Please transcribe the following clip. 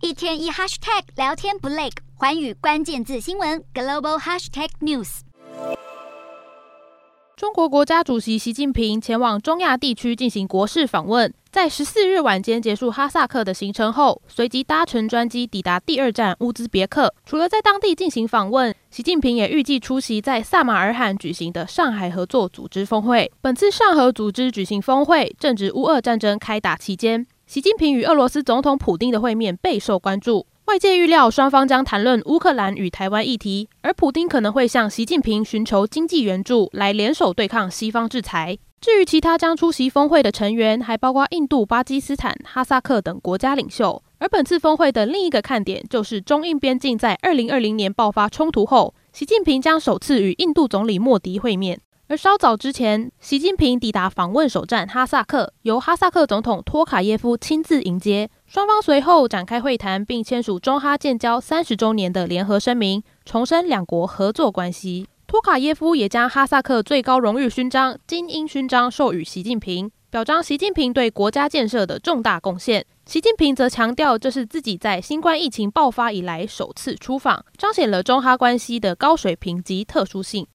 一天一 hashtag 聊天不累，寰宇关键字新闻 global hashtag news。 中国国家主席习近平前往中亚地区进行国事访问，在14日晚间结束哈萨克的行程后，随即搭乘专机抵达第二站乌兹别克。除了在当地进行访问，习近平也预计出席在萨马尔罕举行的上海合作组织峰会。本次上合组织举行峰会，正值乌俄战争开打期间，习近平与俄罗斯总统普丁的会面备受关注。外界预料双方将谈论乌克兰与台湾议题，而普丁可能会向习近平寻求经济援助，来联手对抗西方制裁。至于其他将出席峰会的成员，还包括印度、巴基斯坦、哈萨克等国家领袖。而本次峰会的另一个看点，就是中印边境在2020年爆发冲突后，习近平将首次与印度总理莫迪会面。而稍早之前，习近平抵达访问首站哈萨克，由哈萨克总统托卡耶夫亲自迎接。双方随后展开会谈，并签署中哈建交30周年的联合声明，重申两国合作关系。托卡耶夫也将哈萨克最高荣誉勋章金鹰勋章授予习近平，表彰习近平对国家建设的重大贡献。习近平则强调，这是自己在新冠疫情爆发以来首次出访，彰显了中哈关系的高水平及特殊性。